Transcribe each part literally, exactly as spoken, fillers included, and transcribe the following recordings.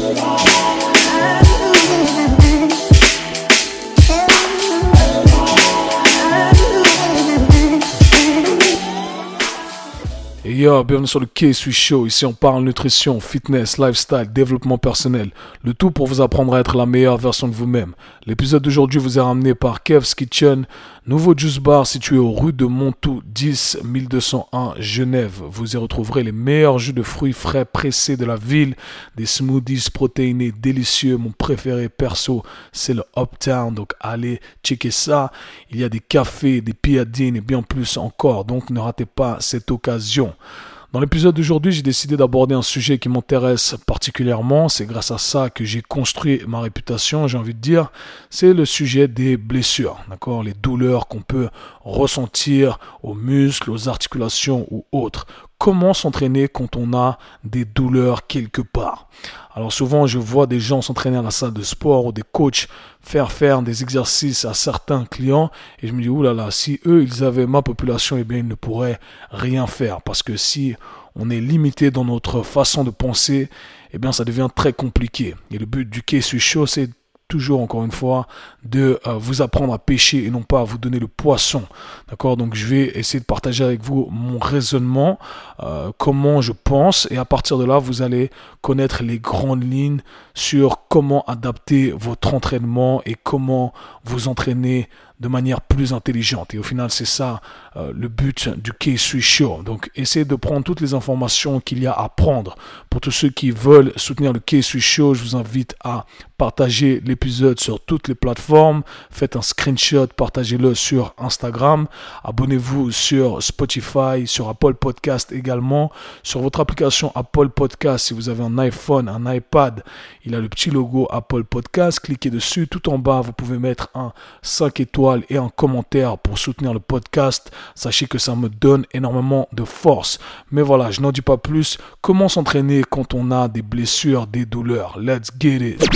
Et yo, bienvenue sur le K-Sui Show. Ici, on parle nutrition, fitness, lifestyle, développement personnel. Le tout pour vous apprendre à être la meilleure version de vous-même. L'épisode d'aujourd'hui vous est ramené par Kev's Kitchen, nouveau juice bar situé aux rues de Montou, dix mille deux cent un, Genève. Vous y retrouverez les meilleurs jus de fruits frais pressés de la ville, des smoothies protéinés délicieux. Mon préféré perso, c'est le Uptown. Donc, allez checker ça. Il y a des cafés, des piadines et bien plus encore. Donc, ne ratez pas cette occasion. Dans l'épisode d'aujourd'hui, j'ai décidé d'aborder un sujet qui m'intéresse particulièrement. C'est grâce à ça que j'ai construit ma réputation, j'ai envie de dire. C'est le sujet des blessures, d'accord ? Les douleurs qu'on peut ressentir aux muscles, aux articulations ou autres. Comment s'entraîner quand on a des douleurs quelque part ? Alors souvent, je vois des gens s'entraîner à la salle de sport ou des coachs faire faire des exercices à certains clients et je me dis, oulala, si eux, ils avaient ma population, eh bien, ils ne pourraient rien faire parce que si on est limité dans notre façon de penser, eh bien, ça devient très compliqué. Et le but du K-Sui Show, c'est toujours, encore une fois, de euh, vous apprendre à pêcher et non pas à vous donner le poisson. D'accord ? Donc, je vais essayer de partager avec vous mon raisonnement, euh, comment je pense, et à partir de là, vous allez connaître les grandes lignes sur comment adapter votre entraînement et comment vous entraîner de manière plus intelligente. Et au final, c'est ça euh, le but du K-Sui Show. Donc, essayez de prendre toutes les informations qu'il y a à prendre. Pour tous ceux qui veulent soutenir le K-Sui Show, je vous invite à partager l'épisode sur toutes les plateformes. Faites un screenshot, partagez-le sur Instagram. Abonnez-vous sur Spotify, sur Apple Podcast également. Sur votre application Apple Podcast, si vous avez un iPhone, un iPad, il a le petit logo Apple Podcast. Cliquez dessus. Tout en bas, vous pouvez mettre un cinq étoiles et un commentaire pour soutenir le podcast. Sachez que ça me donne énormément de force. Mais voilà, je n'en dis pas plus. Comment s'entraîner quand on a des blessures, des douleurs? Let's get it!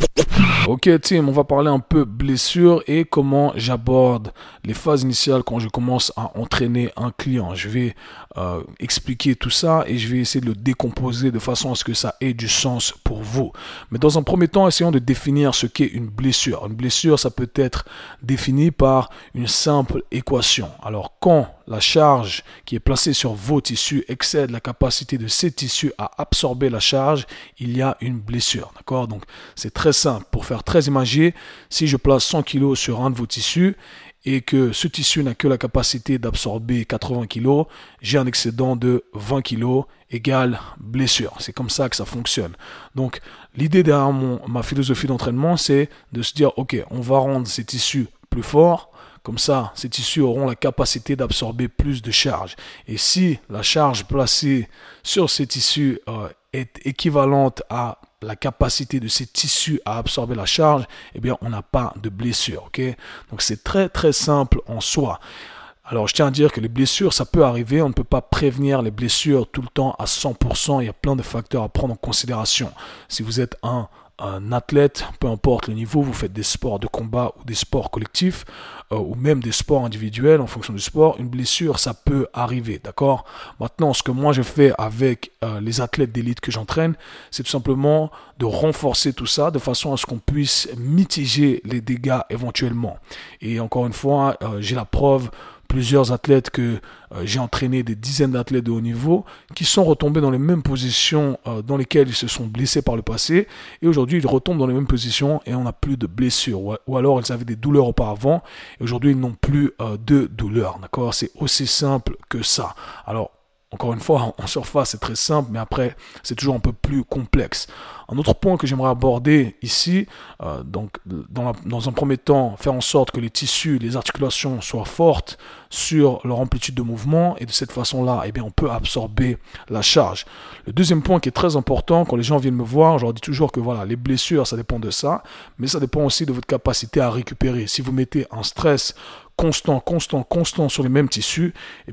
Ok team, on va parler un peu blessures et comment j'aborde les phases initiales quand je commence à entraîner un client. Je vais euh, expliquer tout ça et je vais essayer de le décomposer de façon à ce que ça ait du sens pour vous. Mais dans un premier temps, essayons de définir ce qu'est une blessure. Une blessure, ça peut être défini par une simple équation. Alors quand la charge qui est placée sur vos tissus excède la capacité de ces tissus à absorber la charge, il y a une blessure. D'accord ? Donc, c'est très simple. Pour faire très imagé, si je place cent kilos sur un de vos tissus et que ce tissu n'a que la capacité d'absorber quatre-vingts kilos, j'ai un excédent de vingt kilos égale blessure. C'est comme ça que ça fonctionne. Donc, l'idée derrière mon, ma philosophie d'entraînement, c'est de se dire, ok, on va rendre ces tissus plus forts. Comme ça, ces tissus auront la capacité d'absorber plus de charge. Et si la charge placée sur ces tissus euh, est équivalente à la capacité de ces tissus à absorber la charge, eh bien, on n'a pas de blessure. Okay ? Donc, c'est très, très simple en soi. Alors, je tiens à dire que les blessures, ça peut arriver. On ne peut pas prévenir les blessures tout le temps à cent pour cent. Il y a plein de facteurs à prendre en considération. Si vous êtes un un athlète, peu importe le niveau, vous faites des sports de combat ou des sports collectifs euh, ou même des sports individuels en fonction du sport, une blessure, ça peut arriver, d'accord ? Maintenant, ce que moi je fais avec euh, les athlètes d'élite que j'entraîne, c'est tout simplement de renforcer tout ça de façon à ce qu'on puisse mitiger les dégâts éventuellement. Et encore une fois, euh, j'ai la preuve, plusieurs athlètes que euh, j'ai entraîné, des dizaines d'athlètes de haut niveau, qui sont retombés dans les mêmes positions euh, dans lesquelles ils se sont blessés par le passé. Et aujourd'hui, ils retombent dans les mêmes positions et on n'a plus de blessures. Ou, ou alors, ils avaient des douleurs auparavant et aujourd'hui, ils n'ont plus euh, de douleurs. D'accord ? C'est aussi simple que ça. Alors, encore une fois, en surface, c'est très simple, mais après, c'est toujours un peu plus complexe. Un autre point que j'aimerais aborder ici, euh, donc dans, la, dans un premier temps, faire en sorte que les tissus, les articulations soient fortes sur leur amplitude de mouvement et de cette façon-là, eh bien, on peut absorber la charge. Le deuxième point qui est très important, quand les gens viennent me voir, je leur dis toujours que voilà, les blessures, ça dépend de ça, mais ça dépend aussi de votre capacité à récupérer. Si vous mettez un stress constant, constant, constant sur les mêmes tissus, eh bien,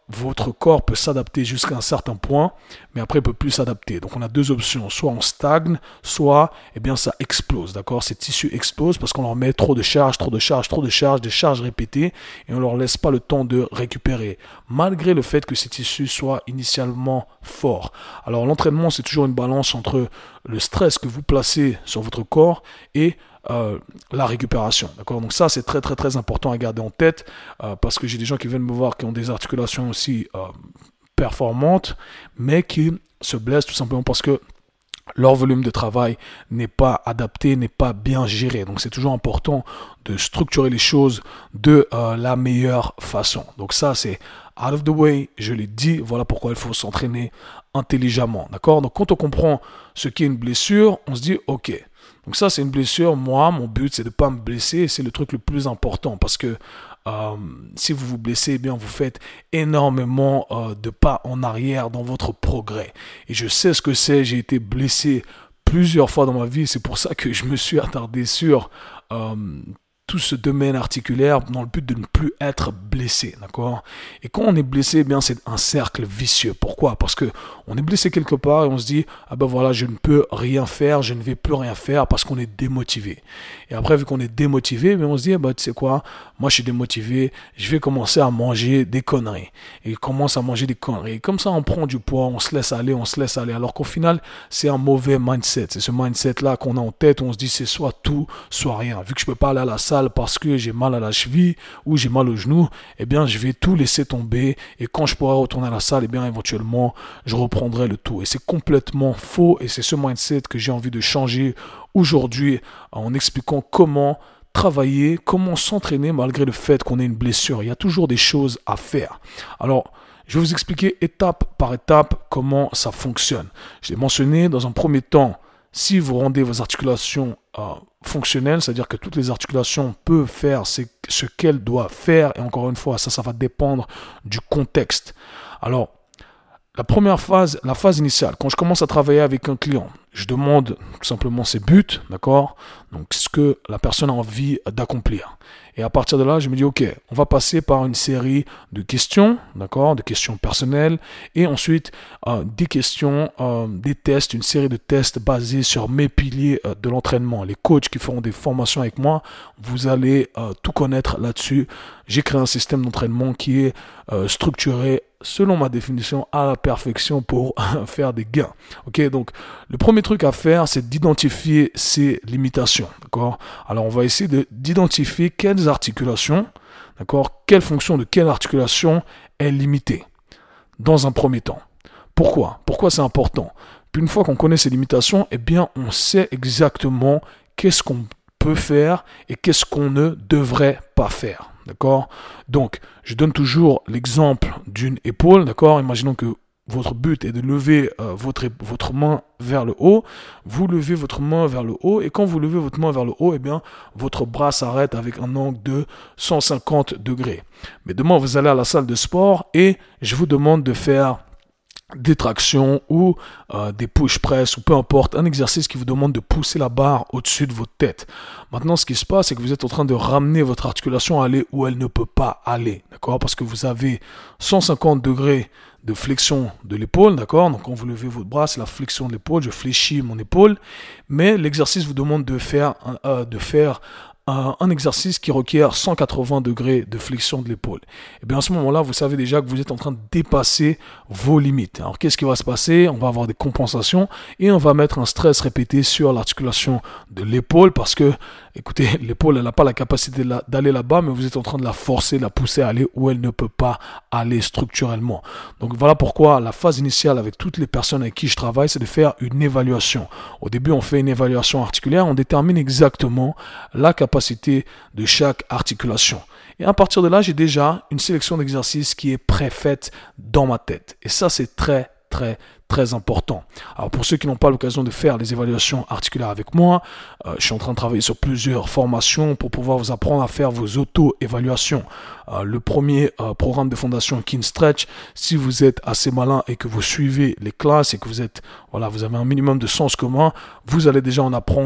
votre corps peut s'adapter jusqu'à un certain point, mais après il peut plus s'adapter. Donc on a deux options, soit on stagne, soit eh bien ça explose, d'accord? Ces tissus explosent parce qu'on leur met trop de charge, trop de charge, trop de charge, des charges répétées, et on leur laisse pas le temps de récupérer, malgré le fait que ces tissus soient initialement forts. Alors l'entraînement, c'est toujours une balance entre le stress que vous placez sur votre corps et Euh, la récupération, d'accord? Donc ça, c'est très très très important à garder en tête, euh, parce que j'ai des gens qui viennent me voir qui ont des articulations aussi euh, performantes, mais qui se blessent tout simplement parce que leur volume de travail n'est pas adapté, n'est pas bien géré. Donc c'est toujours important de structurer les choses de euh, la meilleure façon. Donc ça, c'est out of the way, je l'ai dit, voilà pourquoi il faut s'entraîner intelligemment, d'accord? Donc quand on comprend ce qu'est une blessure, on se dit, ok, donc ça c'est une blessure, moi mon but c'est de ne pas me blesser, et c'est le truc le plus important, parce que euh, si vous vous blessez, eh bien vous faites énormément euh, de pas en arrière dans votre progrès. Et je sais ce que c'est, j'ai été blessé plusieurs fois dans ma vie, c'est pour ça que je me suis attardé sur euh, tout ce domaine articulaire dans le but de ne plus être blessé, d'accord? Et quand on est blessé, eh bien c'est un cercle vicieux. Pourquoi? Parce que on est blessé quelque part et on se dit, ah ben voilà, je ne peux rien faire, je ne vais plus rien faire parce qu'on est démotivé. Et après, vu qu'on est démotivé, mais on se dit, ah ben tu sais quoi, moi je suis démotivé, je vais commencer à manger des conneries. Et il commence à manger des conneries. Et comme ça, on prend du poids, on se laisse aller, on se laisse aller. Alors qu'au final, c'est un mauvais mindset. C'est ce mindset-là qu'on a en tête, où on se dit, c'est soit tout, soit rien. Vu que je peux pas aller à la salle parce que j'ai mal à la cheville ou j'ai mal au genou, eh bien je vais tout laisser tomber, et quand je pourrai retourner à la salle, eh bien éventuellement je reprendrai le tout. Et c'est complètement faux, et c'est ce mindset que j'ai envie de changer aujourd'hui en expliquant comment travailler, comment s'entraîner malgré le fait qu'on ait une blessure. Il y a toujours des choses à faire. Alors je vais vous expliquer étape par étape comment ça fonctionne. Je l'ai mentionné dans un premier temps. Si vous rendez vos articulations euh, fonctionnelles, c'est-à-dire que toutes les articulations peuvent faire ce, ce qu'elles doivent faire, et encore une fois, ça, ça va dépendre du contexte. Alors, la première phase, la phase initiale, quand je commence à travailler avec un client, je demande tout simplement ses buts, d'accord? Donc, ce que la personne a envie d'accomplir. Et à partir de là, je me dis, ok, on va passer par une série de questions, d'accord, de questions personnelles, et ensuite euh, des questions, euh, des tests, une série de tests basés sur mes piliers euh, de l'entraînement. Les coachs qui feront des formations avec moi, vous allez euh, tout connaître là-dessus. J'ai créé un système d'entraînement qui est euh, structuré selon ma définition à la perfection pour faire des gains. Ok, donc le premier truc à faire, c'est d'identifier ses limitations. D'accord. Alors on va essayer de, d'identifier quelles articulations, d'accord, quelle fonction de quelle articulation est limitée dans un premier temps. Pourquoi? Pourquoi c'est important? Puis une fois qu'on connaît ces limitations, eh bien on sait exactement qu'est-ce qu'on peut faire et qu'est-ce qu'on ne devrait pas faire. D'accord? Donc, je donne toujours l'exemple d'une épaule. D'accord? Imaginons que votre but est de lever euh, votre, votre main vers le haut. Vous levez votre main vers le haut, et quand vous levez votre main vers le haut, eh bien, votre bras s'arrête avec un angle de cent cinquante degrés. Mais demain, vous allez à la salle de sport et je vous demande de faire des tractions ou euh, des push press ou peu importe, un exercice qui vous demande de pousser la barre au-dessus de votre tête. Maintenant, ce qui se passe, c'est que vous êtes en train de ramener votre articulation à aller où elle ne peut pas aller, d'accord? Parce que vous avez cent cinquante degrés de flexion de l'épaule, d'accord? Donc quand vous levez votre bras, c'est la flexion de l'épaule, je fléchis mon épaule, mais l'exercice vous demande de faire, euh, de faire Un, un exercice qui requiert cent quatre-vingts degrés de flexion de l'épaule. Et bien à ce moment-là, vous savez déjà que vous êtes en train de dépasser vos limites. Alors qu'est-ce qui va se passer? On va avoir des compensations et on va mettre un stress répété sur l'articulation de l'épaule, parce que, écoutez, l'épaule, elle n'a pas la capacité là, d'aller là-bas, mais vous êtes en train de la forcer, de la pousser à aller où elle ne peut pas aller structurellement. Donc voilà pourquoi la phase initiale avec toutes les personnes avec qui je travaille, c'est de faire une évaluation. Au début, on fait une évaluation articulaire, on détermine exactement la capacité de chaque articulation. Et à partir de là, j'ai déjà une sélection d'exercices qui est préfaite dans ma tête. Et ça, c'est très, très, très important. Alors pour ceux qui n'ont pas l'occasion de faire les évaluations articulaires avec moi, euh, je suis en train de travailler sur plusieurs formations pour pouvoir vous apprendre à faire vos auto-évaluations. Euh, le premier euh, programme de fondation Kinstretch, si vous êtes assez malin et que vous suivez les classes et que vous êtes, voilà, vous avez un minimum de sens commun, vous allez déjà en apprendre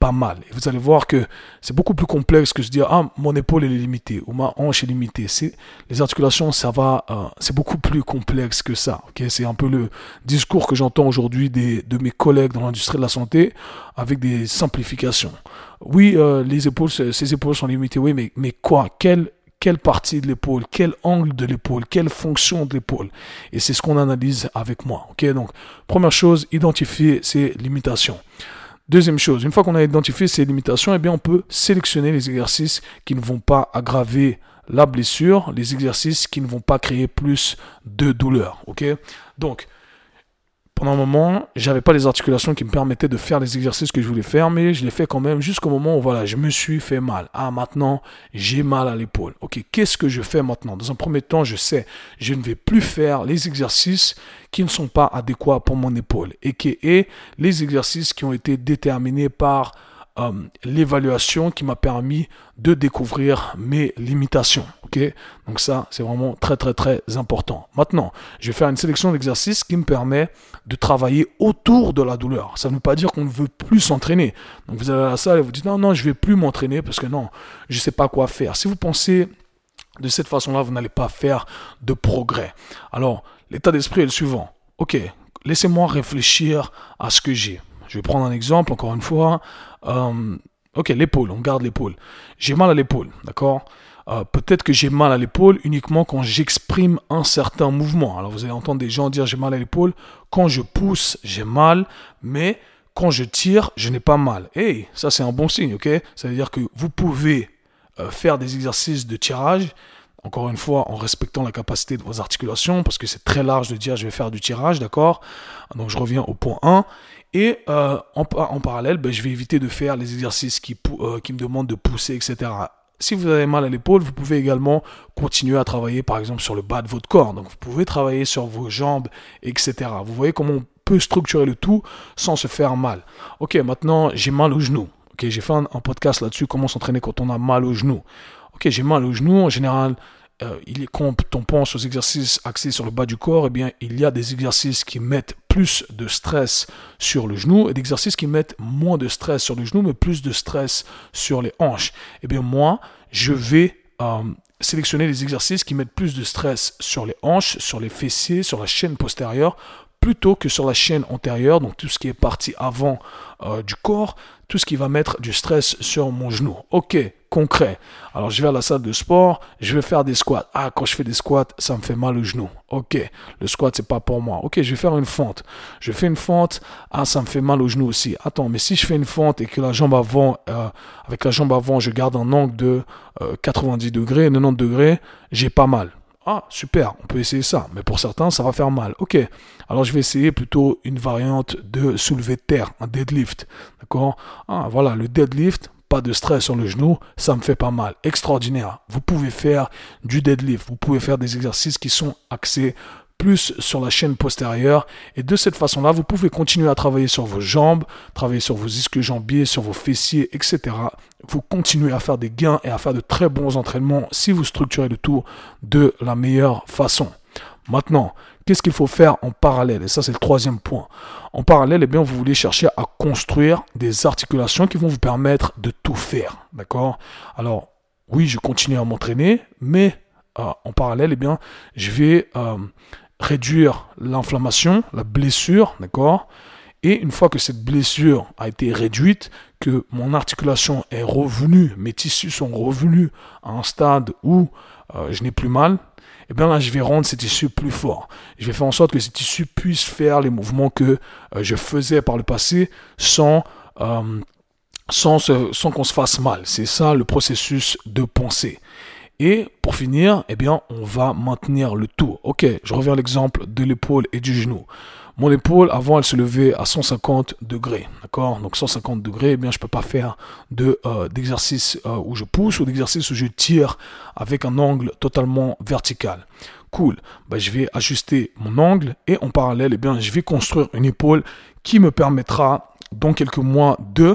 pas mal. Et vous allez voir que c'est beaucoup plus complexe que se dire, ah, mon épaule elle est limitée ou ma hanche est limitée. C'est, les articulations, ça va, euh, c'est beaucoup plus complexe que ça. Okay? C'est un peu le discours que j'entends aujourd'hui des, de mes collègues dans l'industrie de la santé avec des simplifications. Oui, euh, les épaules, ces épaules sont limitées, oui, mais, mais quoi? Quelle Quelle partie de l'épaule, quel angle de l'épaule, quelle fonction de l'épaule. Et c'est ce qu'on analyse avec moi. Okay? Donc, première chose, identifier ses limitations. Deuxième chose, une fois qu'on a identifié ces limitations, eh bien, on peut sélectionner les exercices qui ne vont pas aggraver la blessure, les exercices qui ne vont pas créer plus de douleur. Okay? Donc, pendant un moment, j'avais pas les articulations qui me permettaient de faire les exercices que je voulais faire, mais je les fais quand même jusqu'au moment où voilà, je me suis fait mal. Ah, maintenant, j'ai mal à l'épaule. Ok, qu'est-ce que je fais maintenant? Dans un premier temps, je sais, je ne vais plus faire les exercices qui ne sont pas adéquats pour mon épaule, et qui est les exercices qui ont été déterminés par euh, l'évaluation qui m'a permis de découvrir mes limitations. Okay? Donc ça, c'est vraiment très très très important. Maintenant, je vais faire une sélection d'exercices qui me permet de travailler autour de la douleur. Ça ne veut pas dire qu'on ne veut plus s'entraîner. Donc vous allez à la salle et vous dites non, non, je ne vais plus m'entraîner parce que non, je ne sais pas quoi faire. Si vous pensez de cette façon-là, vous n'allez pas faire de progrès. Alors, l'état d'esprit est le suivant. Ok, laissez-moi réfléchir à ce que j'ai. Je vais prendre un exemple, encore une fois. Euh, ok, l'épaule, on garde l'épaule. J'ai mal à l'épaule, d'accord ? Euh, peut-être que j'ai mal à l'épaule uniquement quand j'exprime un certain mouvement. Alors vous allez entendre des gens dire j'ai mal à l'épaule. Quand je pousse, j'ai mal, mais quand je tire, je n'ai pas mal. Hey, ça c'est un bon signe, ok ? Ça veut dire que vous pouvez euh, faire des exercices de tirage, encore une fois en respectant la capacité de vos articulations, parce que c'est très large de dire je vais faire du tirage, d'accord ? Donc je reviens au point un. Et euh, en, en parallèle, ben, je vais éviter de faire les exercices qui, euh, qui me demandent de pousser, et cetera. Si vous avez mal à l'épaule, vous pouvez également continuer à travailler par exemple sur le bas de votre corps. Donc vous pouvez travailler sur vos jambes, et cetera. Vous voyez comment on peut structurer le tout sans se faire mal. Ok, maintenant j'ai mal au genou. Ok, j'ai fait un, un podcast là-dessus, comment s'entraîner quand on a mal au genou. Ok, j'ai mal au genou, en général, euh, il est, quand on pense aux exercices axés sur le bas du corps, eh bien, il y a des exercices qui mettent plus de stress sur le genou et des exercices qui mettent moins de stress sur le genou, mais plus de stress sur les hanches. Eh bien, moi, je vais euh, sélectionner les exercices qui mettent plus de stress sur les hanches, sur les fessiers, sur la chaîne postérieure, plutôt que sur la chaîne antérieure, donc tout ce qui est partie avant euh, du corps, tout ce qui va mettre du stress sur mon genou. Ok, concret. Alors je vais à la salle de sport, je vais faire des squats. Ah, quand je fais des squats, ça me fait mal au genou. Ok, le squat c'est pas pour moi. Ok, je vais faire une fente. Je fais une fente, ah ça me fait mal au genou aussi. Attends, mais si je fais une fente et que la jambe avant, euh, avec la jambe avant, je garde un angle de euh, quatre-vingt-dix degrés, quatre-vingt-dix degrés, j'ai pas mal. Ah, super, on peut essayer ça. Mais pour certains, ça va faire mal. Ok, alors je vais essayer plutôt une variante de soulevé de terre, un deadlift. D'accord ? Ah, voilà, le deadlift, pas de stress sur le genou, ça me fait pas mal. Extraordinaire. Vous pouvez faire du deadlift. Vous pouvez faire des exercices qui sont axés plus sur la chaîne postérieure. Et de cette façon-là, vous pouvez continuer à travailler sur vos jambes, travailler sur vos ischio-jambiers, sur vos fessiers, et cetera. Vous continuez à faire des gains et à faire de très bons entraînements si vous structurez le tout de la meilleure façon. Maintenant, qu'est-ce qu'il faut faire en parallèle? Et ça, c'est le troisième point. En parallèle, eh bien, vous voulez chercher à construire des articulations qui vont vous permettre de tout faire. D'accord? Alors, oui, je continue à m'entraîner, mais euh, en parallèle, eh bien, je vais euh, réduire l'inflammation, la blessure, d'accord? Et une fois que cette blessure a été réduite, que mon articulation est revenue, mes tissus sont revenus à un stade où euh, je n'ai plus mal, et bien là, je vais rendre ces tissus plus forts. Je vais faire en sorte que ces tissus puissent faire les mouvements que euh, je faisais par le passé sans, euh, sans, se, sans qu'on se fasse mal. C'est ça le processus de pensée. Et pour finir, eh bien, on va maintenir le tout. Ok, je reviens à l'exemple de l'épaule et du genou. Mon épaule, avant, elle se levait à cent cinquante degrés, d'accord? Donc cent cinquante degrés, eh bien, je peux pas faire de euh, d'exercice euh, où je pousse ou d'exercice où je tire avec un angle totalement vertical. Cool. Ben, je vais ajuster mon angle et en parallèle, eh bien, je vais construire une épaule qui me permettra, dans quelques mois, de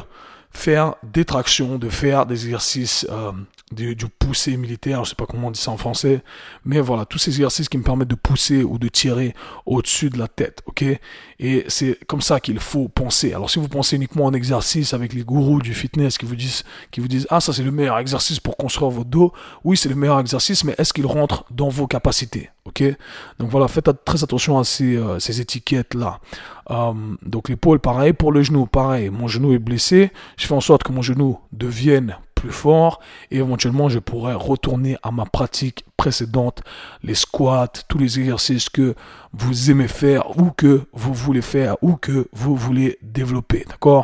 faire des tractions, de faire des exercices euh, du, du pousser militaire, je sais pas comment on dit ça en français, mais voilà, tous ces exercices qui me permettent de pousser ou de tirer au-dessus de la tête, ok? Et c'est comme ça qu'il faut penser. Alors si vous pensez uniquement en exercice avec les gourous du fitness qui vous disent, qui vous disent, ah ça c'est le meilleur exercice pour construire votre dos, oui c'est le meilleur exercice, mais est-ce qu'il rentre dans vos capacités, ok? Donc voilà, faites très attention à ces, euh, ces étiquettes-là. Euh, donc l'épaule, pareil, pour le genou, pareil, mon genou est blessé, je fais en sorte que mon genou devienne plus fort et éventuellement je pourrais retourner à ma pratique précédente, les squats, tous les exercices que vous aimez faire ou que vous voulez faire ou que vous voulez développer, d'accord?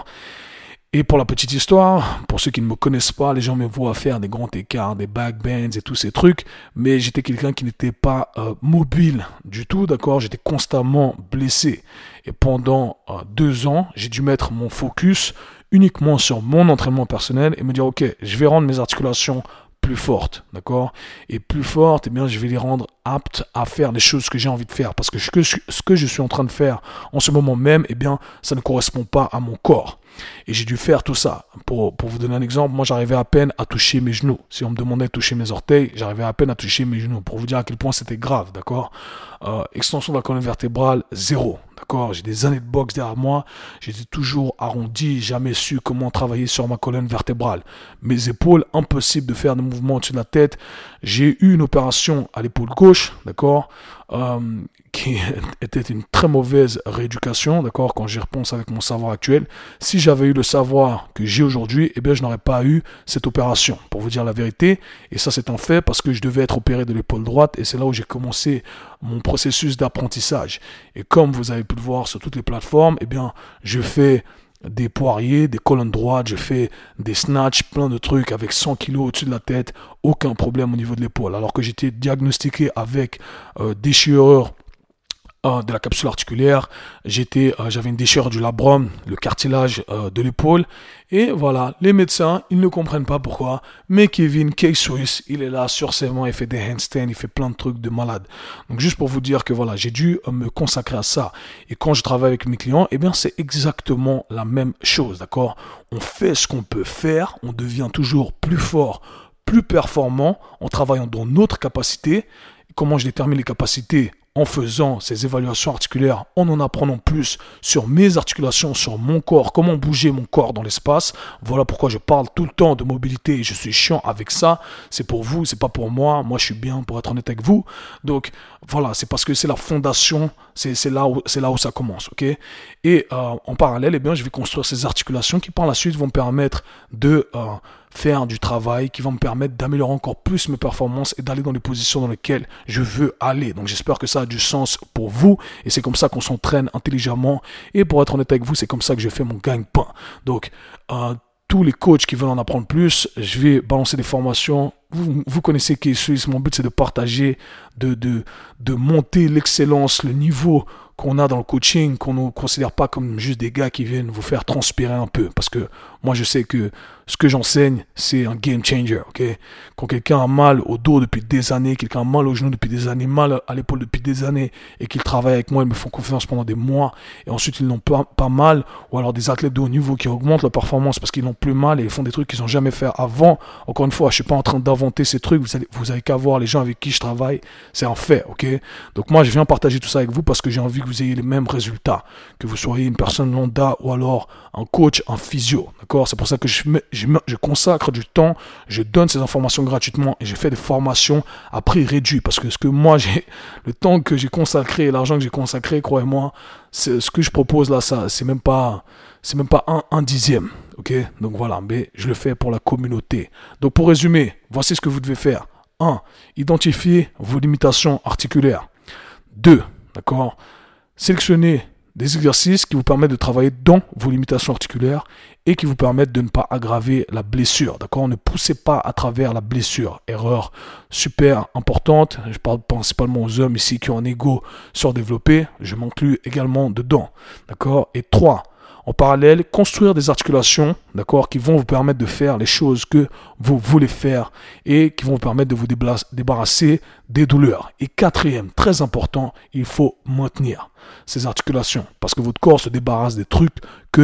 Et pour la petite histoire, pour ceux qui ne me connaissent pas, les gens me voient faire des grands écarts, des backbends et tous ces trucs, mais j'étais quelqu'un qui n'était pas euh, mobile du tout, d'accord? J'étais constamment blessé. Et pendant euh, deux ans, j'ai dû mettre mon focus uniquement sur mon entraînement personnel et me dire, ok, je vais rendre mes articulations plus fortes, d'accord? Et plus fortes, eh bien, je vais les rendre aptes à faire les choses que j'ai envie de faire. Parce que ce que, ce que je suis en train de faire en ce moment même, eh bien, ça ne correspond pas à mon corps. Et j'ai dû faire tout ça. Pour, pour vous donner un exemple, moi j'arrivais à peine à toucher mes genoux. Si on me demandait de toucher mes orteils, j'arrivais à peine à toucher mes genoux. Pour vous dire à quel point c'était grave, d'accord? euh, Extension de la colonne vertébrale, zéro, d'accord? J'ai des années de boxe derrière moi. J'étais toujours arrondi, jamais su comment travailler sur ma colonne vertébrale. Mes épaules, impossible de faire des mouvements au-dessus de la tête. J'ai eu une opération à l'épaule gauche, d'accord? Euh, qui était une très mauvaise rééducation, d'accord, quand j'y repense avec mon savoir actuel. Si j'avais eu le savoir que j'ai aujourd'hui, eh bien, je n'aurais pas eu cette opération, pour vous dire la vérité. Et ça, c'est un fait parce que je devais être opéré de l'épaule droite et c'est là où j'ai commencé mon processus d'apprentissage. Et comme vous avez pu le voir sur toutes les plateformes, eh bien, je fais des poiriers, des colonnes droites, je fais des snatchs, plein de trucs avec cent kilos au-dessus de la tête, aucun problème au niveau de l'épaule. Alors que j'étais diagnostiqué avec euh, déchirure euh, de la capsule articulaire, j'étais, euh, j'avais une déchirure du labrum, le cartilage euh, de l'épaule, et voilà, les médecins, ils ne comprennent pas pourquoi, mais Kevin K-Swiss, il est là sur ses mains, il fait des handstands, il fait plein de trucs de malade. Donc juste pour vous dire que voilà, j'ai dû euh, me consacrer à ça. Et quand je travaille avec mes clients, eh bien c'est exactement la même chose, d'accord? On fait ce qu'on peut faire, on devient toujours plus fort, plus performant en travaillant dans notre capacité. Comment je détermine les capacités? En faisant ces évaluations articulaires, en en apprenant plus sur mes articulations, sur mon corps, comment bouger mon corps dans l'espace. Voilà pourquoi je parle tout le temps de mobilité et je suis chiant avec ça. C'est pour vous, c'est pas pour moi. Moi, je suis bien pour être honnête avec vous. Donc, voilà, c'est parce que c'est la fondation, c'est, c'est, là, où, c'est là où ça commence, ok? Et euh, en parallèle, eh bien, je vais construire ces articulations qui, par la suite, vont me permettre de euh, faire du travail, qui vont me permettre d'améliorer encore plus mes performances et d'aller dans les positions dans lesquelles je veux aller. Donc, j'espère que ça a du sens pour vous et c'est comme ça qu'on s'entraîne intelligemment. Et pour être honnête avec vous, c'est comme ça que je fais mon gagne-pain. Donc, euh, tous les coachs qui veulent en apprendre plus, je vais balancer des formations. Vous, vous connaissez K-Swiss, mon but c'est de partager, de, de, de monter l'excellence, le niveau qu'on a dans le coaching, qu'on ne considère pas comme juste des gars qui viennent vous faire transpirer un peu. Parce que moi je sais que ce que j'enseigne, c'est un game changer, ok? Quand quelqu'un a mal au dos depuis des années, quelqu'un a mal au genou depuis des années, mal à l'épaule depuis des années, et qu'ils travaillent avec moi, ils me font confiance pendant des mois, et ensuite ils n'ont pas, pas mal, ou alors des athlètes de haut niveau qui augmentent leur performance parce qu'ils n'ont plus mal et ils font des trucs qu'ils n'ont jamais fait avant. Encore une fois, je suis pas en train d'inventer ces trucs, vous avez, vous avez qu'à voir les gens avec qui je travaille, c'est un fait, ok? Donc moi je viens partager tout ça avec vous parce que j'ai envie que vous ayez les mêmes résultats, que vous soyez une personne lambda ou alors un coach, un physio, d'accord? C'est pour ça que je, mets, je, mets, je consacre du temps, je donne ces informations gratuitement et je fais des formations à prix réduit parce que ce que moi j'ai, le temps que j'ai consacré, l'argent que j'ai consacré, croyez-moi, c'est, ce que je propose là, ça, c'est même pas, c'est même pas un, un dixième, ok? Donc voilà, mais je le fais pour la communauté. Donc pour résumer, voici ce que vous devez faire. un. Identifier vos limitations articulaires. deux. D'accord? Sélectionnez des exercices qui vous permettent de travailler dans vos limitations articulaires et qui vous permettent de ne pas aggraver la blessure. D'accord? Ne poussez pas à travers la blessure. Erreur super importante. Je parle principalement aux hommes ici qui ont un ego surdéveloppé. Je m'inclus également dedans. D'accord? Et trois. En parallèle, construire des articulations, d'accord, qui vont vous permettre de faire les choses que vous voulez faire et qui vont vous permettre de vous débarrasser des douleurs. Et quatrième, très important, il faut maintenir ces articulations parce que votre corps se débarrasse des trucs que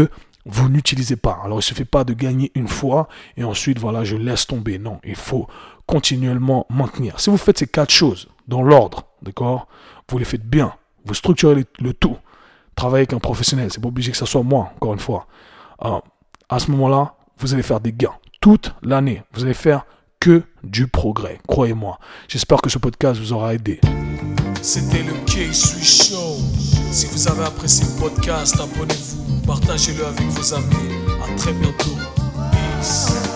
vous n'utilisez pas. Alors, il ne suffit pas de gagner une fois et ensuite, voilà, je laisse tomber. Non, il faut continuellement maintenir. Si vous faites ces quatre choses dans l'ordre, d'accord, vous les faites bien, vous structurez le tout, travaillez avec un professionnel, c'est pas obligé que ce soit moi, encore une fois. Euh, à ce moment-là, vous allez faire des gains. Toute l'année, vous allez faire que du progrès, croyez-moi. J'espère que ce podcast vous aura aidé. C'était le K-Swiss Show. Si vous avez apprécié le podcast, abonnez-vous, partagez-le avec vos amis. À très bientôt. Peace.